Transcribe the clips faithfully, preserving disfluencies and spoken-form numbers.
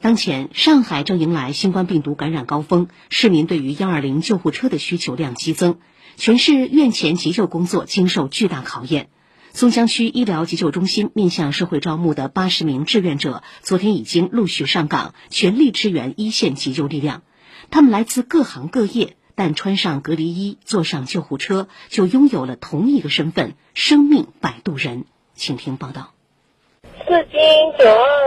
当前，上海正迎来新冠病毒感染高峰，市民对于一二零救护车的需求量激增，全市院前急救工作经受巨大考验。松江区医疗急救中心面向社会招募的八十名志愿者，昨天已经陆续上岗，全力支援一线急救力量。他们来自各行各业，但穿上隔离衣，坐上救护车，就拥有了同一个身份——生命摆渡人。请听报道。 四京九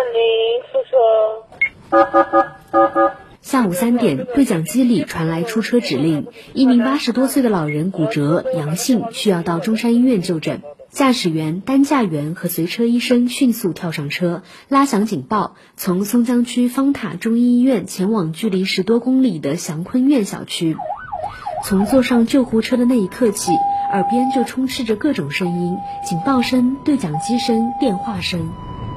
二零复车。 下午三点，对讲机里传来出车指令，一名八十多岁的老人骨折阳性，需要到中山医院就诊。驾驶员、担架员和随车医生迅速跳上车，拉响警报，从松江区方塔中医医院前往距离十多公里的祥坤苑小区。从坐上救护车的那一刻起，耳边就充斥着各种声音：警报声、对讲机声、电话声。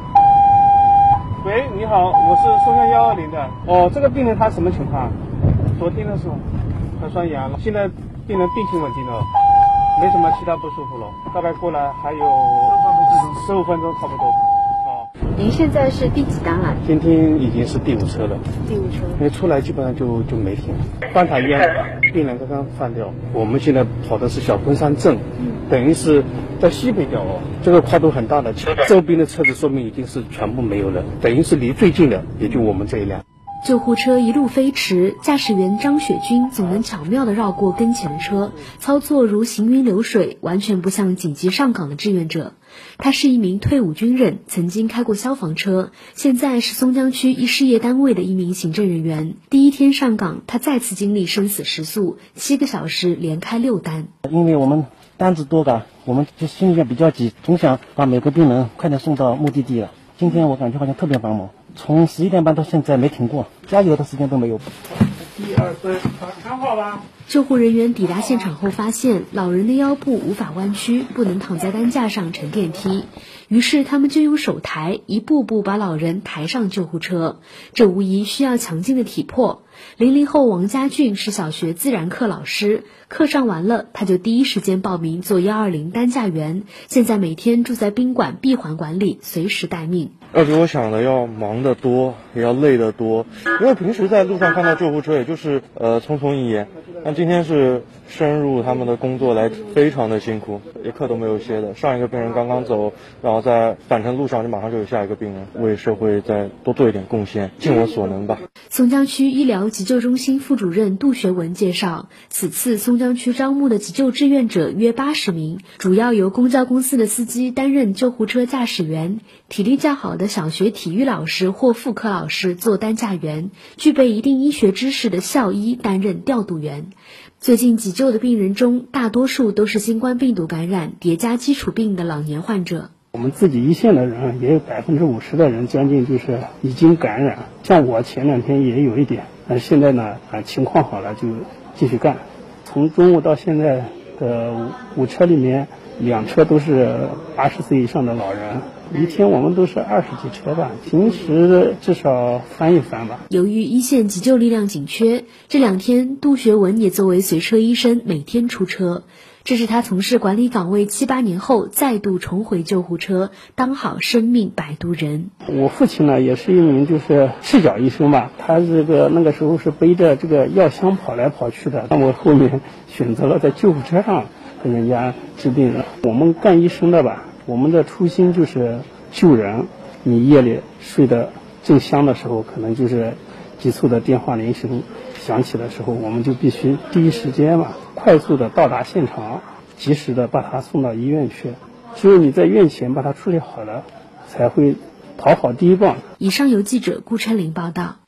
喂，你好，我是松江幺二零的。哦，这个病人他什么情况？昨天的时候核酸阳了，现在病人病情稳定了，没什么其他不舒服了，大概过来还有十五分钟差不多。哦， 您现在是第几单了？ 今天已经是第五车了。 第五车。 因为出来基本上就就没停。方塔医院病人刚刚放掉，我们现在跑的是小昆山镇，嗯、等于是在西北角哦，这个跨度很大的，周边的车子说明已经是全部没有了，等于是离最近的也就我们这一辆。 救护车一路飞驰，驾驶员张雪军总能巧妙地绕过跟前的车，操作如行云流水，完全不像紧急上岗的志愿者。他是一名退伍军人，曾经开过消防车，现在是松江区一事业单位的一名行政人员。第一天上岗，他再次经历生死时速，七个小时连开六单。 因为我们单子多嘎，我们就心里面比较急，总想把每个病人快点送到目的地了。今天我感觉好像特别繁忙，从十一点半到现在没停过，加油的时间都没有。 一二三，看好吧。 救护人员抵达现场后发现，老人的腰部无法弯曲，不能躺在担架上乘电梯，于是他们就用手抬，一步步把老人抬上救护车。这无疑需要强劲的体魄。零零后王家俊是小学自然课老师，课上完了，他就第一时间报名做幺二零担架员，现在每天住在宾馆闭环管理，随时待命。 要比我想的要忙得多，也要累得多。因为平时在路上看到救护车，也就是呃匆匆一眼，但今天是深入他们的工作来，非常的辛苦，一刻都没有歇的。上一个病人刚刚走，然后在返程路上就马上就有下一个病人，为社会再多做一点贡献，尽我所能吧。 松江区医疗急救中心副主任杜学文介绍，此次松江区招募的急救志愿者约八十名，主要由公交公司的司机担任救护车驾驶员，体力较好的小学体育老师或妇科老师做担架员，具备一定医学知识的校医担任调度员。最近急救的病人中，大多数都是新冠病毒感染叠加基础病的老年患者。 我们自己一线的人也有百分之五十的人将近就是已经感染，像我前两天也有一点，但现在呢啊情况好了就继续干。从中午到现在的五车里面，两车都是八十岁以上的老人，一天我们都是二十几车吧，平时至少翻一翻吧。 由于一线急救力量紧缺，这两天杜学文也作为随车医生每天出车。这是他从事管理岗位七八年后再度重回救护车，当好生命摆渡人。 我父亲呢也是一名就是赤脚医生吧，他这个那个时候是背着这个药箱跑来跑去的，那我后面选择了在救护车上跟人家治病人。我们干医生的吧，我们的初心就是救人。你夜里睡得正香的时候，可能就是急促的电话铃声响起的时候，我们就必须第一时间嘛，快速的到达现场，及时的把他送到医院去。只有你在院前把他处理好了，才会跑好第一棒。 以上由记者顾琛林报道。